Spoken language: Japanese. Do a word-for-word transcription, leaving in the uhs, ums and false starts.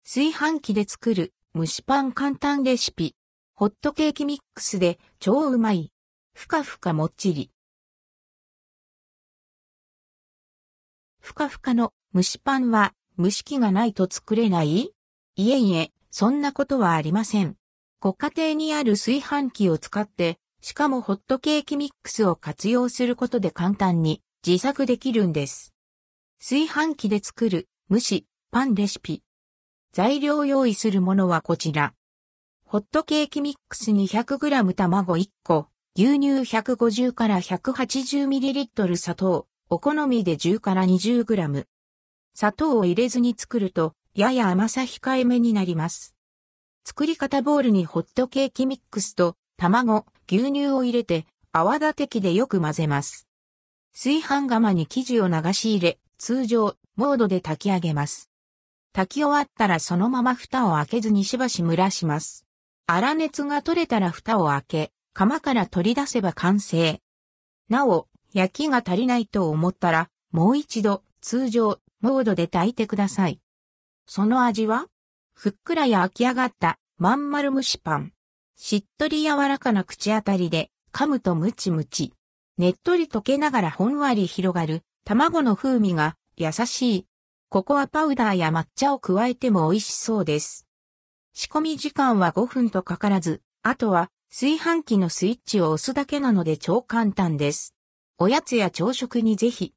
炊飯器で作る蒸しパン簡単レシピ。ホットケーキミックスで超うまい。ふかふかもっちり。ふかふかの蒸しパンは蒸し器がないと作れない？いえいえ、そんなことはありません。ご家庭にある炊飯器を使って、しかもホットケーキミックスを活用することで簡単に自作できるんです。炊飯器で作る蒸しパンレシピ。材料用意するものはこちら。ホットケーキミックス にひゃくグラム 卵いっこ、牛乳ひゃくごじゅうからひゃくはちじゅうミリリットル 砂糖、お好みでじゅうからにじゅうグラム。砂糖を入れずに作ると、やや甘さ控えめになります。作り方ボウルにホットケーキミックスと卵、牛乳を入れて泡立て器でよく混ぜます。炊飯釜に生地を流し入れ、通常、モードで炊き上げます。炊き終わったらそのまま蓋を開けずにしばし蒸らします。粗熱が取れたら蓋を開け、釜から取り出せば完成。なお、焼きが足りないと思ったら、もう一度、通常、モードで炊いてください。その味は？ふっくら焼き上がったまん丸蒸しパン。しっとり柔らかな口当たりで噛むとムチムチ。ねっとり溶けながらほんわり広がる卵の風味が優しい。ココアパウダーや抹茶を加えても美味しそうです。仕込み時間はごふんとかからず、あとは炊飯器のスイッチを押すだけなので超簡単です。おやつや朝食にぜひ。